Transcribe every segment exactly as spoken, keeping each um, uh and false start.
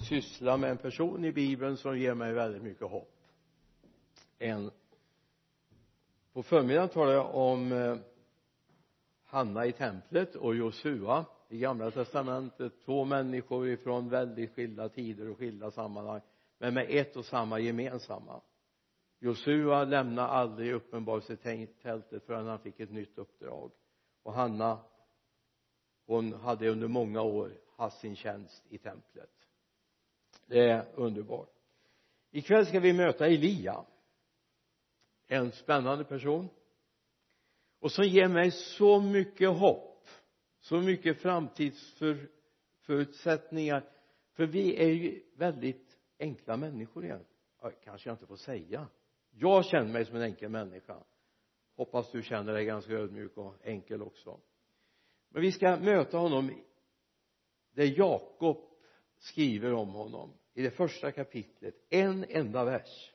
syssla med en person i Bibeln som ger mig väldigt mycket hopp. En på förmiddagen talade jag om eh, Hanna i templet och Josua i Gamla testamentet, två människor ifrån väldigt skilda tider och skilda sammanhang, men med ett och samma gemensamma. Josua lämnade aldrig uppenbarelsetältet förrän han fick ett nytt uppdrag, och Hanna, hon hade under många år haft sin tjänst i templet. Det är underbart. Ikväll ska vi möta Elia, en spännande person, och som ger mig så mycket hopp, så mycket framtidsförutsättningar, för vi är ju väldigt enkla människor igen. Ja, kanske jag inte får säga. Jag känner mig som en enkel människa. Hoppas du känner dig ganska ödmjuk och enkel också. Men vi ska möta honom där Jakob skriver om honom i det första kapitlet, en enda vers.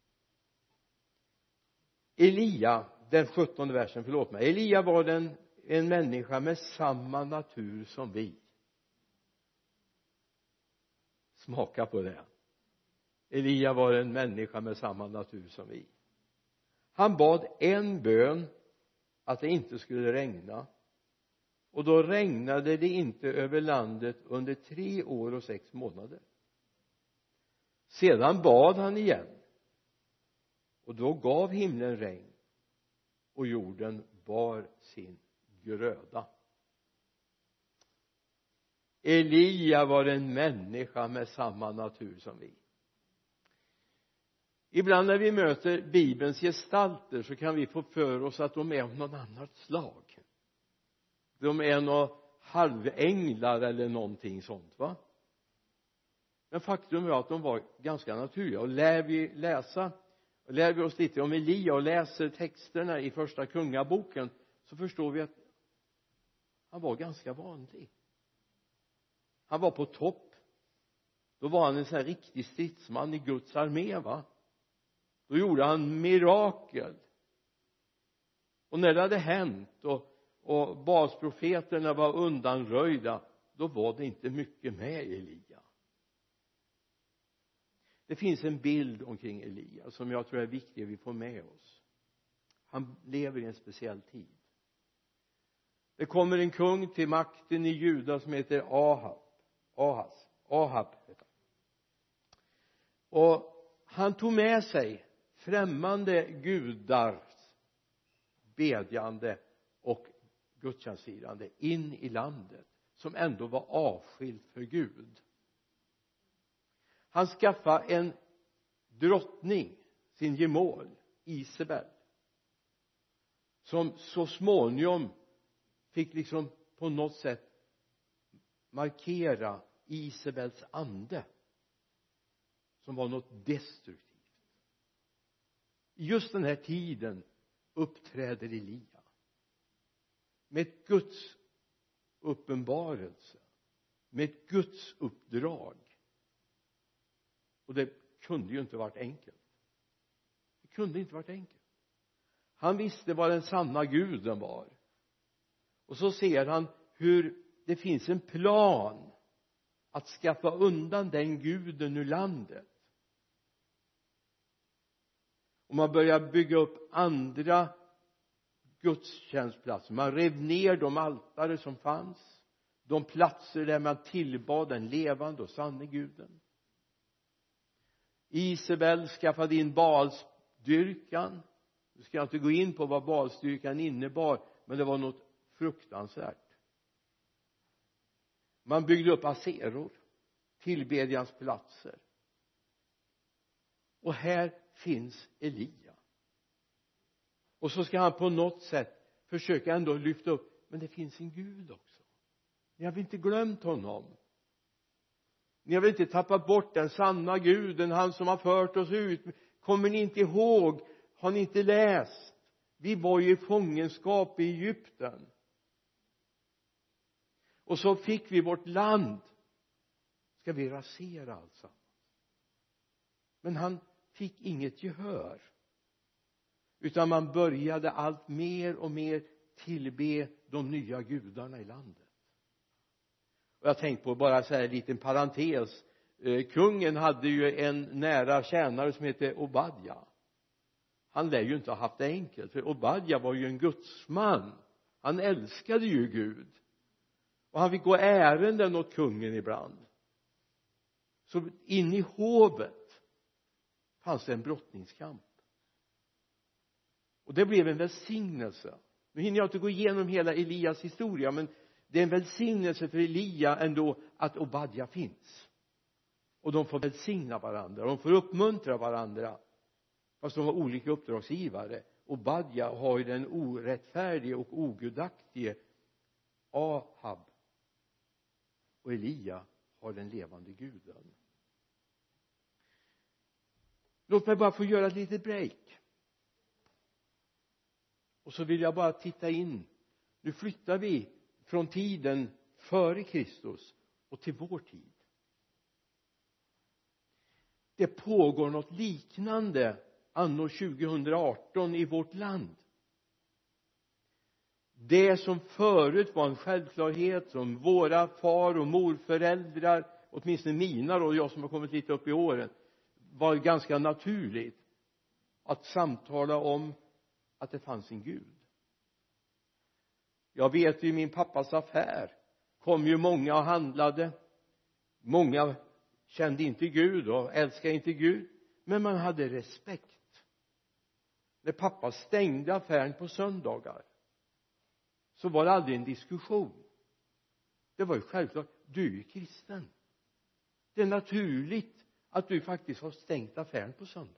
Elia, den sjuttonde versen, förlåt mig. Elia var den, en människa med samma natur som vi. Smaka på det. Elia var en människa med samma natur som vi. Han bad en bön att det inte skulle regna. Och då regnade det inte över landet under tre år och sex månader. Sedan bad han igen. Och då gav himlen regn. Och jorden bar sin gröda. Elia var en människa med samma natur som vi. Ibland när vi möter Bibelns gestalter så kan vi få för oss att de är av någon annat slag. De är några halvänglar eller någonting sånt, va? Men faktum är att de var ganska naturliga. Och lär vi läsa, lär vi oss lite om Elia och läser texterna i första kungaboken, så förstår vi att han var ganska vanlig. Han var på topp. Då var han en sån här riktig stridsman i Guds armé, va? Då gjorde han mirakel. Och när det hade hänt och, och basprofeterna var undanröjda, då var det inte mycket med Elia. Det finns en bild omkring Elia som jag tror är viktig att vi får med oss. Han lever i en speciell tid. Det kommer en kung till makten i Juda som heter Ahab. Ahas. Ahab heter han. Och han tog med sig främmande gudars bedjande och gudstjänstfirande in i landet, som ändå var avskilt för Gud. Han skaffade en drottning, sin gemål, Isabel, som så småningom fick liksom på något sätt markera Isabels ande, som var något destruktivt. I just den här tiden uppträder Elia med ett Guds uppenbarelse, med ett Guds uppdrag. Och det kunde ju inte varit enkelt. Det kunde inte varit enkelt. Han visste vad den sanna guden var. Och så ser han hur det finns en plan att skaffa undan den guden ur landet. Och man börjar bygga upp andra gudstjänstplatser. Man rev ner de altare som fanns. De platser där man tillbad den levande och sanne guden. Isabel skaffade in Baalsdyrkan. Nu ska jag inte gå in på vad Baalsdyrkan innebar, men det var något fruktansvärt. Man byggde upp aseror, tillbedjansplatser. Och här finns Elia. Och så ska han på något sätt försöka ändå lyfta upp, men det finns en Gud också. Ni har väl inte glömt honom? Ni har väl inte tappat bort den sanna guden, han som har fört oss ut? Kommer ni inte ihåg? Har ni inte läst? Vi var ju i fångenskap i Egypten. Och så fick vi vårt land. Ska vi rasera alltså? Men han fick inget gehör. Utan man började allt mer och mer tillbe de nya gudarna i landet. Och jag tänkte på bara så här en liten parentes. eh, kungen hade ju en nära tjänare som hette Obadja. Han lär ju inte ha haft det enkelt, för Obadja var ju en gudsman. Han älskade ju Gud och han fick gå ärenden åt kungen ibland. Så in i hovet fanns det en brottningskamp, och det blev en välsignelse. Nu hinner jag inte gå igenom hela Elias historia, men det är en välsignelse för Elia ändå att Obadja finns, och de får välsigna varandra, de får uppmuntra varandra, fast de har olika uppdragsgivare. Obadja har ju den orättfärdige och ogudaktige Ahab, och Elia har den levande guden. Låt mig bara få göra ett litet break, och så vill jag bara titta in. Nu flyttar vi från tiden före Kristus och till vår tid. Det pågår något liknande anno tjugohundraarton i vårt land. Det som förut var en självklarhet, som våra far- och morföräldrar, åtminstone mina då, jag som har kommit lite upp i åren, var ganska naturligt att samtala om att det fanns en Gud. Jag vet ju, i min pappas affär kom ju många och handlade. Många kände inte Gud och älskade inte Gud, men man hade respekt. När pappa stängde affären på söndagar så var det aldrig en diskussion. Det var ju självklart, du är ju kristen. Det är naturligt att du faktiskt har stängt affären på söndag.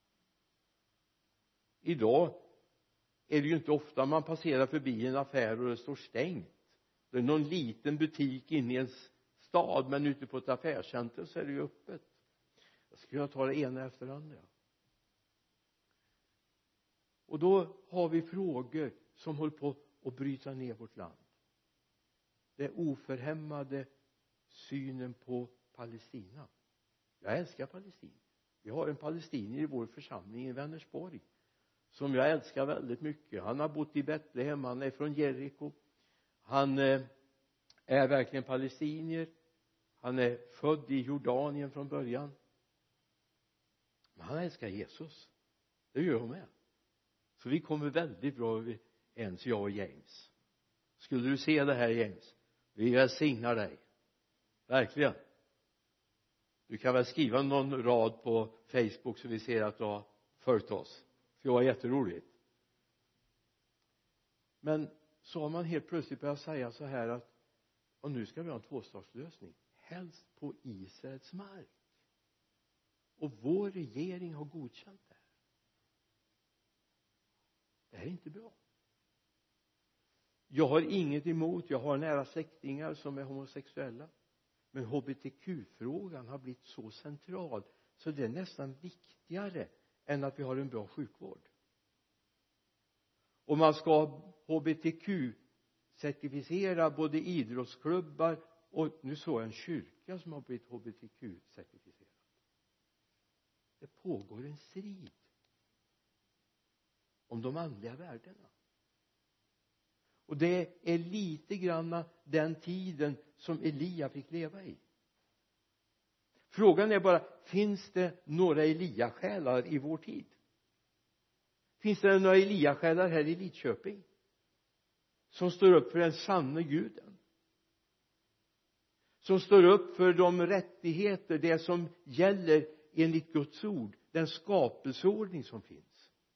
Idag är det ju inte ofta man passerar förbi en affär och det står stängt. Det är någon liten butik inne i en stad, men ute på ett affärscenter så är det ju öppet. Jag ska jag ta det ena efter det andra. Och då har vi frågor som håller på att bryta ner vårt land. Det oförhämmade synen på Palestina. Jag älskar Palestina. Vi har en palestinier i vår församling i Vänersborg som jag älskar väldigt mycket. Han har bott i Betlehem, han är från Jeriko. Han eh, är verkligen palestinier. Han är född i Jordanien från början. Men han älskar Jesus. Det gör jag med. Så vi kommer väldigt bra överens, jag och James. Skulle du se det här, James, vi välsignar dig. Verkligen. Du kan väl skriva någon rad på Facebook så vi ser att du har följt oss. Det var jätteroligt. Men så har man helt plötsligt börjat säga så här att och nu ska vi ha en tvåstatslösning. Helst på Israels mark. Och vår regering har godkänt det. Det här är inte bra. Jag har inget emot, jag har nära släktingar som är homosexuella. Men H B T Q-frågan har blivit så central så det är nästan viktigare än att vi har en bra sjukvård. Och man ska H B T Q-certifiera både idrottsklubbar och nu såg jag en kyrka som har blivit H B T Q-certifierad. Det pågår en strid om de andliga värdena. Och det är lite grann den tiden som Elia fick leva i. Frågan är bara, finns det några Elia-själar i vår tid? Finns det några Elia-själar här i Lidköping som står upp för den sanna guden? Som står upp för de rättigheter, det som gäller enligt Guds ord, den skapelseordning som finns.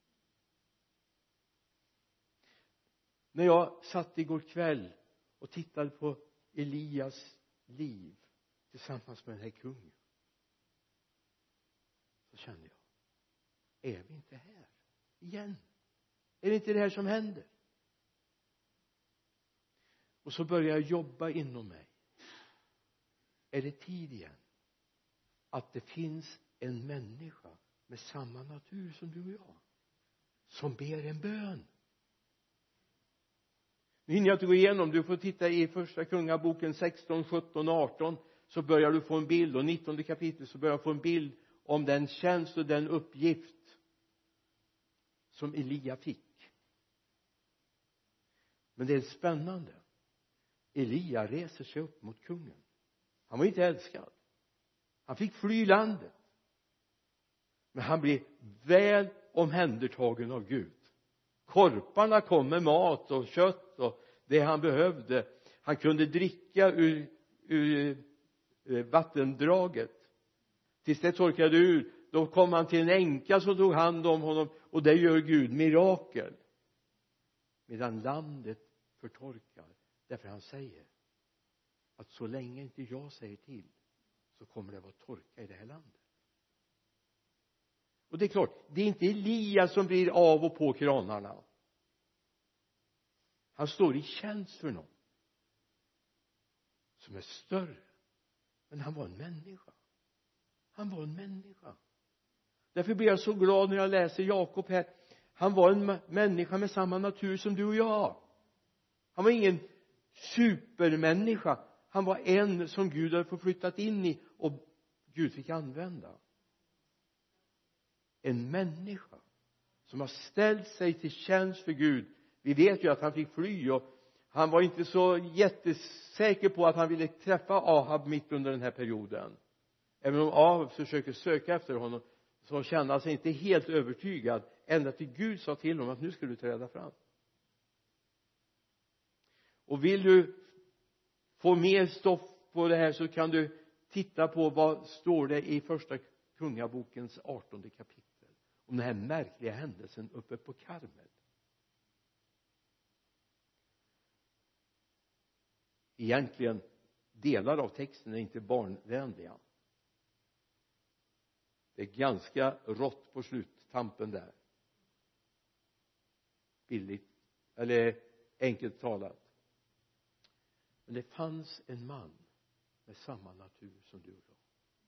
När jag satt igår kväll och tittade på Elias liv tillsammans med den här kungen, så kände jag, är vi inte här igen? Är det inte det här som händer? Och så börjar jag jobba inom mig. Är det tid igen att det finns en människa med samma natur som du och jag som ber en bön? Nu hinner jag inte gå igenom, du får titta i första kungaboken sexton, sjutton och arton, så börjar du få en bild, och nittonde kapitlet så börjar du få en bild om den tjänst och den uppgift som Elia fick. Men det är spännande. Elia reser sig upp mot kungen. Han var inte älskad. Han fick fly landet, men han blev väl omhändertagen av Gud. Korparna kom med mat och kött och det han behövde. Han kunde dricka ur, ur, ur vattendraget tills det torkade ur. Då kom han till en änka som tog hand om honom, och det gör Gud mirakel, medan landet förtorkar. Därför han säger att så länge inte jag säger till, så kommer det vara torka i det här landet. Och det är klart, det är inte Elia som blir av och på kranarna. Han står i tjänst för någon som är större. Men han var en människa. Han var en människa. Därför blir jag så glad när jag läser Jakob här. Han var en människa med samma natur som du och jag. Han var ingen supermänniska. Han var en som Gud hade fått flyttat in i och Gud fick använda. En människa som har ställt sig till tjänst för Gud. Vi vet ju att han fick fly, och han var inte så jättesäker på att han ville träffa Ahab mitt under den här perioden. Även om Ahab försöker söka efter honom, så kände han sig inte helt övertygad, ända till Gud sa till honom att nu ska du träda fram. Och vill du få mer stoff på det här, så kan du titta på vad står det i första kungabokens artonde kapitel om den här märkliga händelsen uppe på Karmel. Egentligen delar av texten är inte barnvänliga. Det är ganska rått på sluttampen där. Billigt, eller enkelt talat. Men det fanns en man med samma natur som du och jag.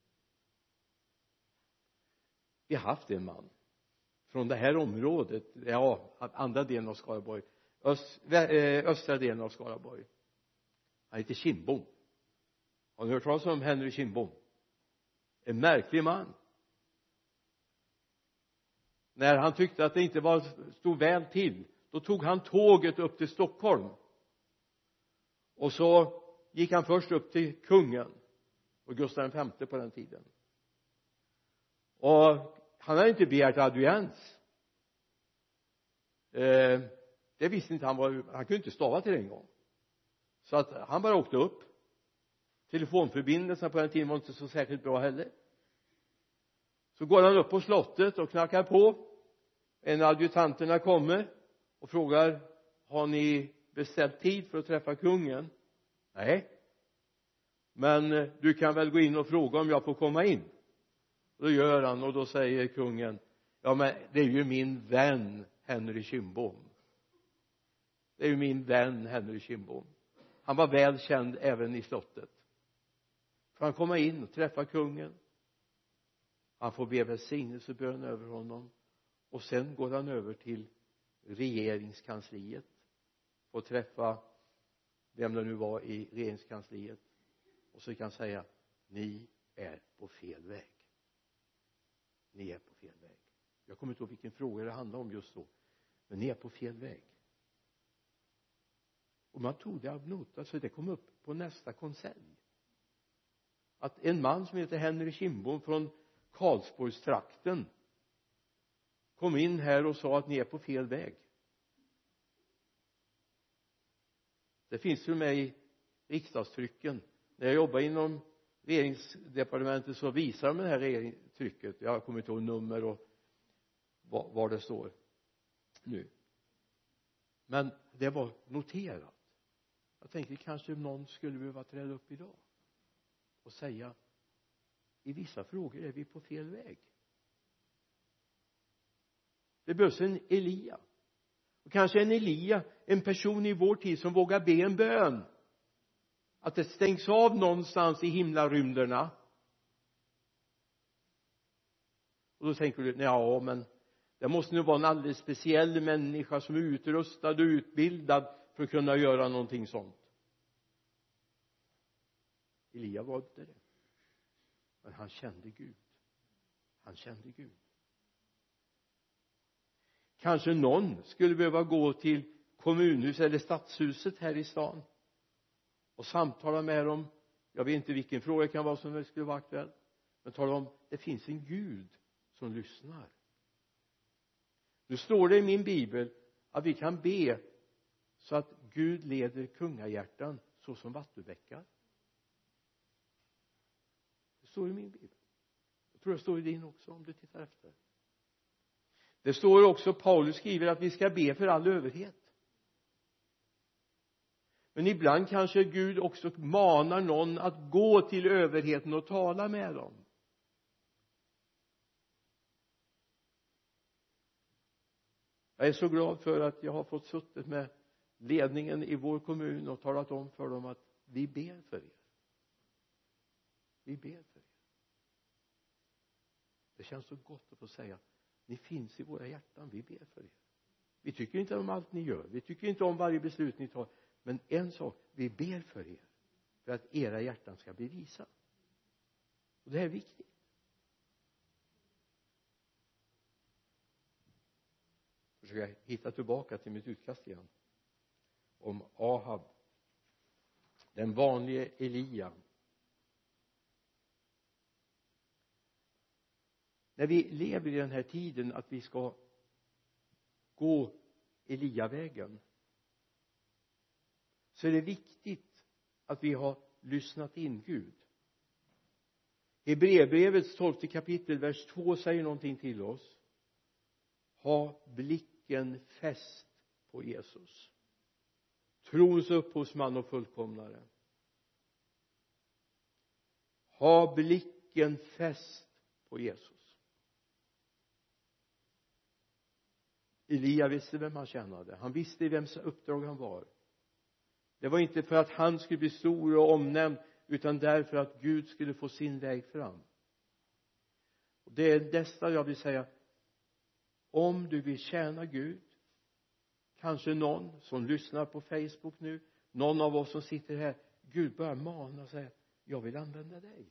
Vi har haft en man från det här området, ja, andra delen av Skaraborg, öst, östra delen av Skaraborg. Han heter Kindbom. Har ni hört talas om Henry Kindbom? En märklig man. När han tyckte att det inte var, stod väl till, då tog han tåget upp till Stockholm. Och så gick han först upp till kungen, och Gustav den femte på den tiden. Och han hade inte begärt audiens. Eh, det visste inte han. Var, han kunde inte stava till det en gång. Så att han bara åkte upp. Telefonförbindelsen på den tiden var inte så särskilt bra heller. Så går han upp på slottet och knackar på. En av adjutanterna kommer och frågar: har ni beställt tid för att träffa kungen? Nej. Men du kan väl gå in och fråga om jag får komma in. Och då gör han, och då säger kungen: ja, men det är ju min vän Henry Kindbom. Det är ju min vän Henry Kindbom. Han var väl känd även i slottet. Får han komma in och träffa kungen. Han får be välsignelsebön över honom. Och sen går han över till regeringskansliet. Får träffa vem det nu var i regeringskansliet. Och så kan han säga: ni är på fel väg. Ni är på fel väg. Jag kommer inte ihåg vilken fråga det handlar om just då. Men ni är på fel väg. Och man tog det av nota, så det kom upp på nästa konselj. Att en man som heter Henry Kindbom från Karlsborgstrakten kom in här och sa att ni är på fel väg. Det finns ju med i riksdagstrycken. När jag jobbar inom regeringsdepartementet så visar de det här regeringstrycket. Jag kommer inte ihåg nummer och var det står nu. Men det var noterat. Jag tänkte kanske någon skulle behöva träda upp idag och säga: i vissa frågor är vi på fel väg. Det behövs en Elia. Och kanske en Elia, en person i vår tid som vågar be en bön. Att det stängs av någonstans i himlarymderna. Och då tänker du: ja, men det måste nog vara en alldeles speciell människa som är utrustad och utbildad för att kunna göra någonting sånt. Elia var inte det. Men han kände Gud. Han kände Gud. Kanske någon skulle behöva gå till kommunhus eller stadshuset här i stan och samtala med dem. Jag vet inte vilken fråga det kan vara som skulle vara aktuell. men tala om det finns en Gud som lyssnar. Nu står det i min bibel att vi kan be så att Gud leder kungahjärtan så som vattenbäckar. Det står i min bibel. Jag tror det står i din också om du tittar efter. Det står också, Paulus skriver att vi ska be för all överhet. Men ibland kanske Gud också manar någon att gå till överheten och tala med dem. Jag är så glad för att jag har fått suttit med ledningen i vår kommun och talat om för dem att vi ber för er. Vi ber för er. Det känns så gott att få säga, ni finns i våra hjärtan, vi ber för er. Vi tycker inte om allt ni gör, vi tycker inte om varje beslut ni tar, men en sak, vi ber för er för att era hjärtan ska bli visa. Och det här är viktigt. Jag försöker hitta tillbaka till mitt utkast igen om Ahab, den vanliga Elia. När vi lever i den här tiden att vi ska gå Eliavägen, så är det viktigt att vi har lyssnat in Gud. Hebreerbrevets tolfte kapitel vers två säger någonting till oss. Ha blicken fäst på Jesus, trons upphovsman och fullkomnare. Ha blicken fäst på Jesus. Elia visste vem han tjänade. Han visste vems uppdrag han var. Det var inte för att han skulle bli stor och omnämnd, utan därför att Gud skulle få sin väg fram. Och det är detta jag vill säga. Om du vill tjäna Gud, kanske någon som lyssnar på Facebook nu, någon av oss som sitter här, Gud börjar mana och säga, jag vill använda dig.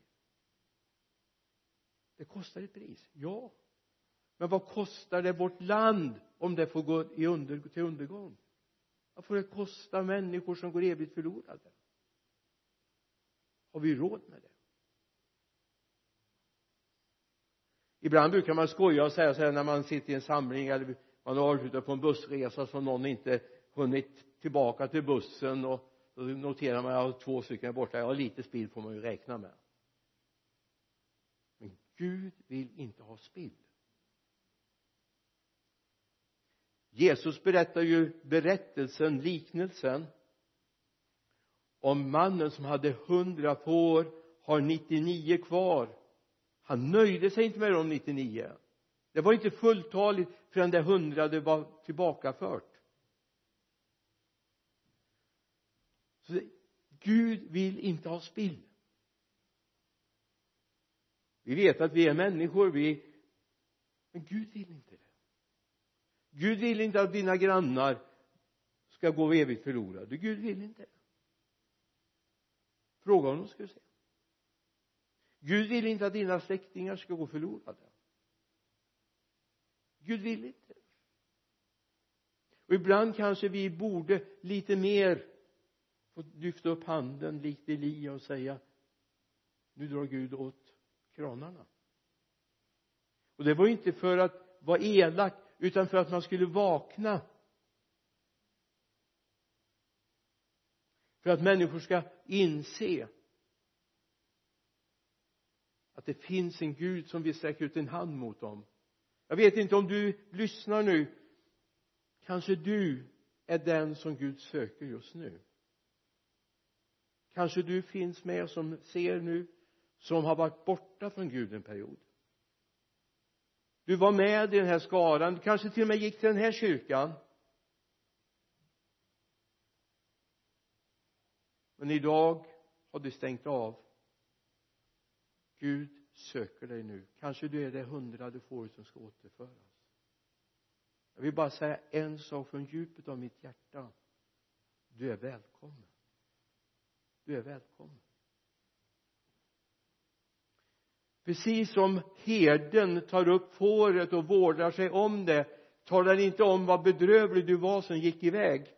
Det kostar ett pris, ja. Men vad kostar det vårt land om det får gå i under, till undergång? Vad får det kosta människor som går evigt förlorade? Har vi råd med det? Ibland brukar man skoja och säga så här när man sitter i en samling eller man har varit ute på en bussresa som någon inte hunnit tillbaka till bussen, och då noterar man att två stycken är borta. Ja, lite spill får man ju räkna med. Men Gud vill inte ha spill. Jesus berättar ju berättelsen, liknelsen om mannen som hade hundra får, har nittionio kvar. Han nöjde sig inte med de nittionio. Det var inte fulltaligt förrän det hundrade var tillbakafört. Så det, Gud vill inte ha spill. Vi vet att vi är människor, vi, men Gud vill inte det. Gud vill inte att dina grannar ska gå evigt förlorade. Gud vill inte det. Fråga honom, ska du se. Gud vill inte att dina släktingar ska gå förlorade. Gud vill inte. Och ibland kanske vi borde lite mer få lyfta upp handen likt Elia och säga, nu drar Gud åt kranarna. Och det var inte för att vara elak, utan för att man skulle vakna. För att människor ska inse att det finns en Gud som vill sträcka ut en hand mot dem. Jag vet inte om du lyssnar nu. Kanske du är den som Gud söker just nu. Kanske du finns med som ser nu, som har varit borta från Gud en period. Du var med i den här skaran, du kanske till och med gick till den här kyrkan. Men idag har du stängt av. Gud söker dig nu. Kanske du är det hundra du får som ska återföras. Jag vill bara säga en sak från djupet av mitt hjärta. Du är välkommen. Du är välkommen. Precis som herden tar upp fåret och vårdar sig om det, talar inte om vad bedrövlig du var som gick iväg.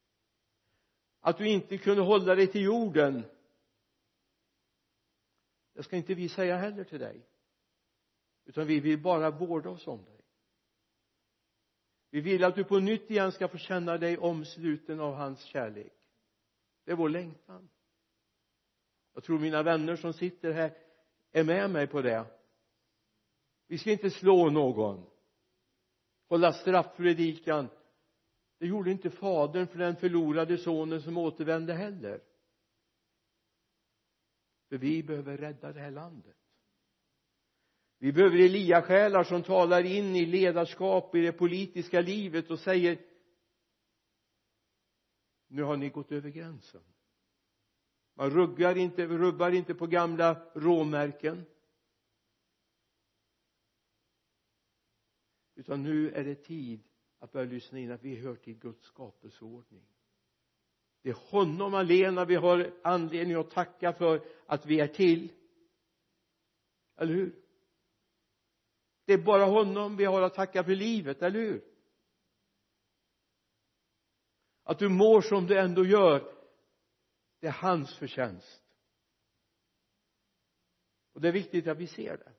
Att du inte kunde hålla dig till jorden. det ska inte vi säga heller till dig, utan vi vill bara vårda oss om dig. Vi vill att du på nytt igen ska få känna dig omsluten av hans kärlek. Det är vår längtan. Jag tror mina vänner som sitter här är med mig på det. Vi ska inte slå någon, hålla straffpredikan. Det gjorde inte fadern för den förlorade sonen som återvände heller. För vi behöver rädda det här landet. Vi behöver Elia-själar som talar in i ledarskap i det politiska livet och säger: nu har ni gått över gränsen. Man ruggar inte, rubbar inte på gamla råmärken. Utan nu är det tid att börja lyssna in att vi hör till Guds skapelseordning. Det är honom alena vi har anledning att tacka för att vi är till. Eller hur? Det är bara honom vi har att tacka för livet, eller hur? Att du mår som du ändå gör, det är hans förtjänst. Och det är viktigt att vi ser det.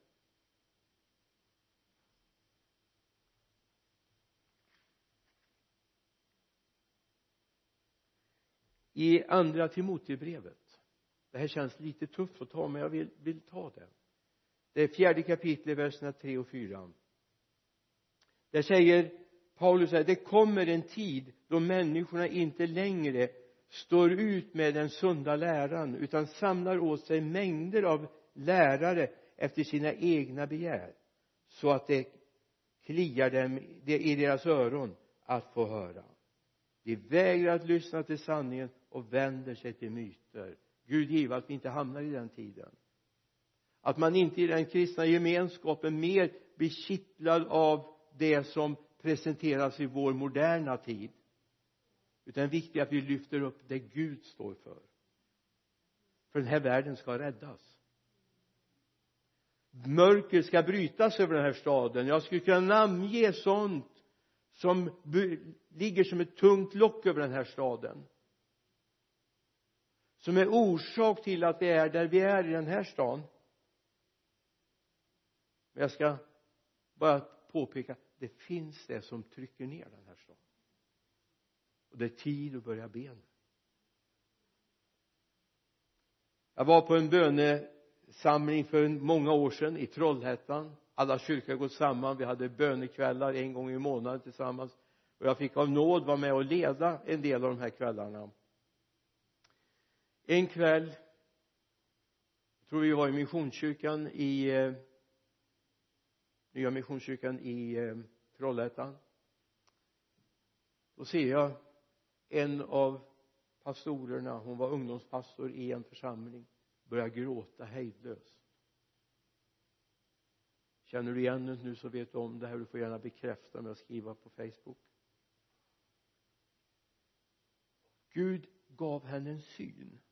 I andra Timoteusbrevet, det här känns lite tufft att ta, men jag vill, vill ta det. Det är fjärde kapitlet, verserna tre och fyra. Där säger Paulus att det kommer en tid då människorna inte längre står ut med den sunda läran, utan samlar åt sig mängder av lärare efter sina egna begär, så att det kliar dem i deras öron att få höra. De vägrar att lyssna till sanningen och vänder sig till myter. Gud giv att vi inte hamnar i den tiden. Att man inte i den kristna gemenskapen mer blir kittlad av det som presenteras i vår moderna tid. Utan det är viktigt att vi lyfter upp det Gud står för. För den här världen ska räddas. Mörker ska brytas över den här staden. Jag skulle kunna namnge sånt som ligger som ett tungt lock över den här staden. Som är orsak till att vi är där vi är i den här staden. Men jag ska bara påpeka, det finns det som trycker ner den här staden. Och det är tid att börja be nu. Jag var på en bönesamling för många år sedan i Trollhättan. Alla kyrkor gått samman. Vi hade bönekvällar en gång i månaden tillsammans. Och jag fick av nåd vara med och leda en del av de här kvällarna. En kväll, jag tror vi var i missionskyrkan i eh, nya missionskyrkan i eh, Trollhättan. Då ser jag en av pastorerna, hon var ungdomspastor i en församling, börja gråta hejdlöst. Känner du igen det nu så vet du om det här. Du får gärna bekräfta med att skriva på Facebook. Gud gav henne en syn.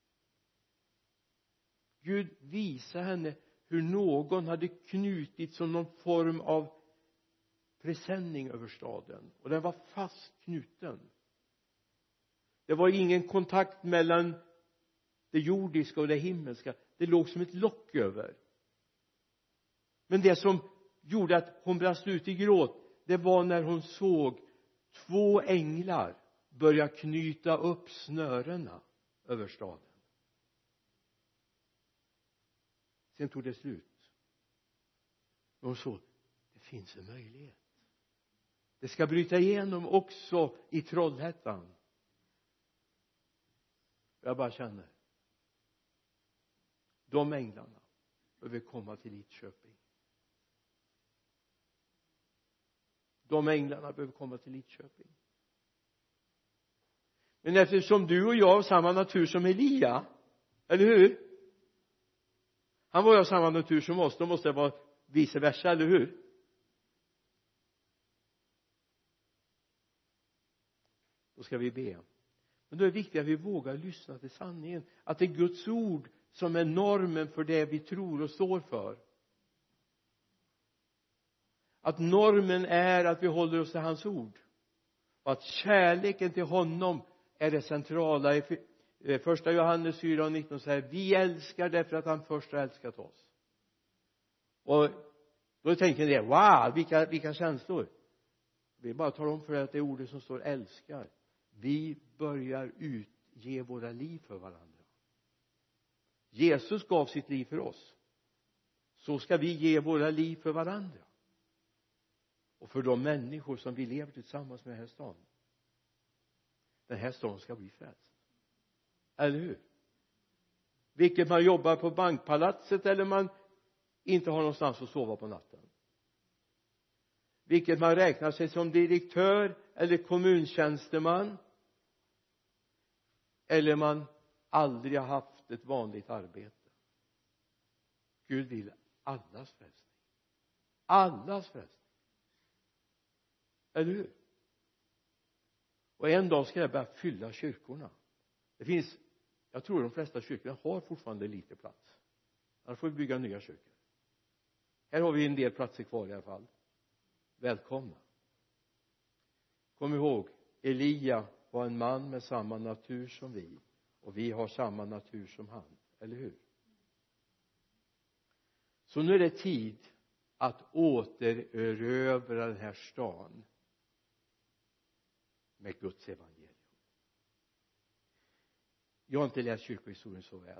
Gud visade henne hur någon hade knutit som någon form av presenning över staden. Och den var fast knuten. Det var ingen kontakt mellan det jordiska och det himmelska. Det låg som ett lock över. Men det som gjorde att hon brast ut i gråt, det var när hon såg två änglar börja knyta upp snörena över staden. Sen tog det slut. Och hon såg, det finns en möjlighet. Det ska bryta igenom också i Trollhättan. Jag bara känner, de änglarna behöver komma till Lidköping. De änglarna behöver komma till Lidköping. Men eftersom du och jag har samma natur som Elia, eller hur? Han var ju av samma natur som oss, då måste det vara vice versa, eller hur? Då ska vi be. Men då är det viktigt att vi vågar lyssna till sanningen. Att det är Guds ord som är normen för det vi tror och står för. Att normen är att vi håller oss till hans ord. Och att kärleken till honom är det centrala. första Johannes fyra och nitton säger vi älskar därför att han först har älskat oss. Och då tänker ni wow, vilka, vilka känslor. Vi bara talar om för er att det är ordet som står älskar. Vi börjar utge våra liv för varandra. Jesus gav sitt liv för oss. Så ska vi ge våra liv för varandra. Och för de människor som vi lever tillsammans med den här stan. Den här stan ska bli frälst. Eller hur? Vilket man jobbar på bankpalatset eller man inte har någonstans att sova på natten. Vilket man räknar sig som direktör eller kommuntjänsteman. Eller man aldrig har haft ett vanligt arbete. Gud vill allas frälsning. Allas frälsning. Eller hur? Och en dag ska jag börja fylla kyrkorna. Det finns, jag tror de flesta kyrkorna har fortfarande lite plats. Annars får vi bygga nya kyrkor. Här har vi en del platser kvar i alla fall. Välkomna. Kom ihåg, Elia var en man med samma natur som vi. Och vi har samma natur som han. Eller hur? Så nu är det tid att återerövra den här stan med Guds evangelium. Jag har inte läst kyrkohistorien så väl.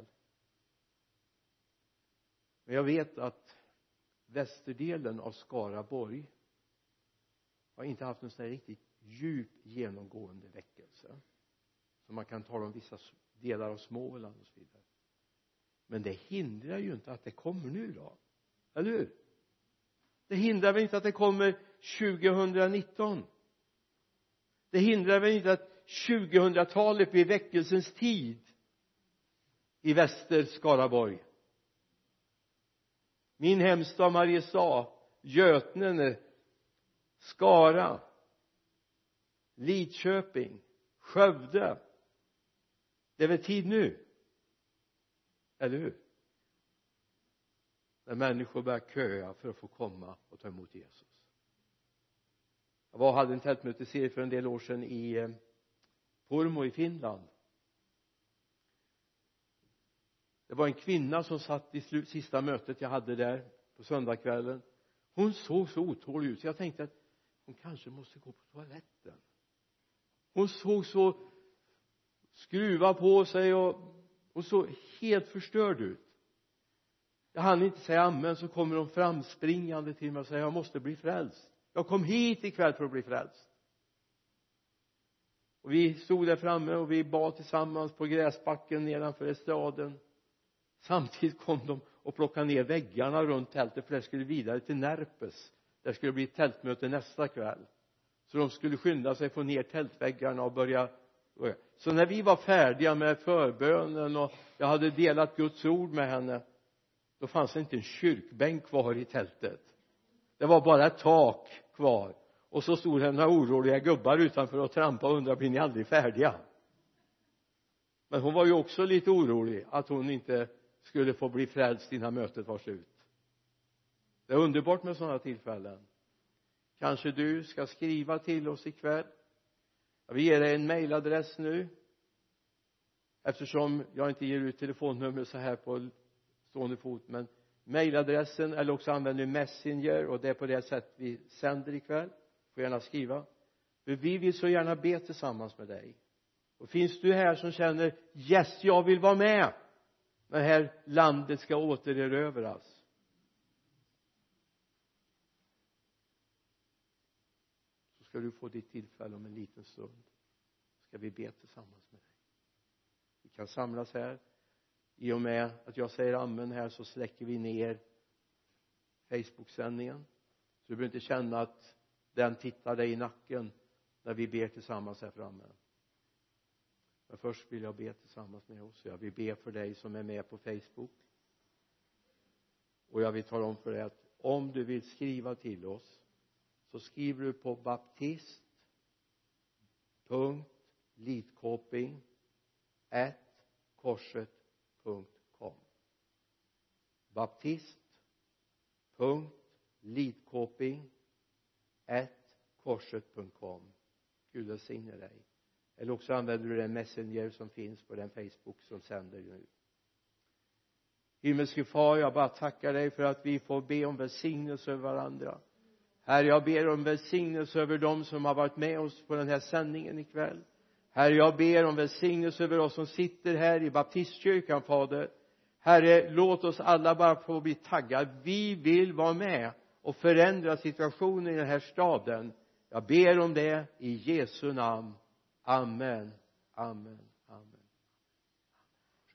Men jag vet att västerdelen av Skaraborg har inte haft en sån här riktigt djup genomgående väckelse. Så man kan tala om vissa delar av Småland och så vidare. Men det hindrar ju inte att det kommer nu då. Eller hur? Det hindrar väl inte att det kommer tjugonitton. Det hindrar väl inte att tjugohundratalet blir väckelsens tid i väster Skaraborg. Min hemstad Mariestad, Götene, Skara, Lidköping, Skövde. Det är väl tid nu. Eller hur? När människor börjar köa för att få komma och ta emot Jesus. Jag var hade en tältmötesserie för en del år sedan i eh, Pormo i Finland. Det var en kvinna som satt i slut, sista mötet jag hade där på söndagskvällen. Hon såg så otålig ut så jag tänkte att hon kanske måste gå på toaletten. Hon såg så skruva på sig och, och så helt förstörd ut. Jag hann inte säga amen så kommer de framspringande till mig och säger jag måste bli frälst. Jag kom hit ikväll för att bli frälst. Och vi stod där framme och vi bad tillsammans på gräsbacken nedanför estraden. Samtidigt kom de och plockade ner väggarna runt tältet för det skulle vidare till Närpes. Där skulle bli ett tältmöte nästa kväll. Så de skulle skynda sig få ner tältväggarna och börja. Så när vi var färdiga med förbönen och jag hade delat Guds ord med henne. Då fanns det inte en kyrkbänk kvar i tältet. Det var bara ett tak kvar. Och så stod det några oroliga gubbar utanför och trampade och undrade, blir ni aldrig färdiga? Men hon var ju också lite orolig att hon inte skulle få bli frälst innan mötet var slut. Det är underbart med sådana tillfällen. Kanske du ska skriva till oss ikväll. Jag vill ge dig en mejladress nu. Eftersom jag inte ger ut telefonnummer så här på stående fot. Men mejladressen eller också använder du Messenger och det är på det sätt vi sänder ikväll. Får gärna skriva. För vi vill så gärna be tillsammans med dig. Och finns du här som känner yes, jag vill vara med. När det här landet ska återerövras. Så ska du få ditt tillfälle om en liten stund. Ska vi be tillsammans med dig. Vi kan samlas här. I och med att jag säger amen här så släcker vi ner Facebook-sändningen. Så du behöver inte känna att den tittar dig i nacken när vi ber tillsammans här framme. Men först vill jag be tillsammans med oss. Jag vill be för dig som är med på Facebook. Och jag vill tala om för dig att om du vill skriva till oss så skriver du på baptist punkt lidköping at korset punkt com baptist punkt lidköping at korset punkt com. Gud välsigne dig. eller också använder du den messenger som finns på den Facebook som sänder nu. Himmelske far, jag bara tackar dig för att vi får be om välsignelse över varandra. Herre, jag ber om välsignelse över dem som har varit med oss på den här sändningen ikväll. Herre, jag ber om välsignelse över oss som sitter här i baptistkyrkan, Fader. Herre, låt oss alla bara få bli taggade. Vi vill vara med och förändra situationen i den här staden. Jag ber om det i Jesu namn. Amen. Amen.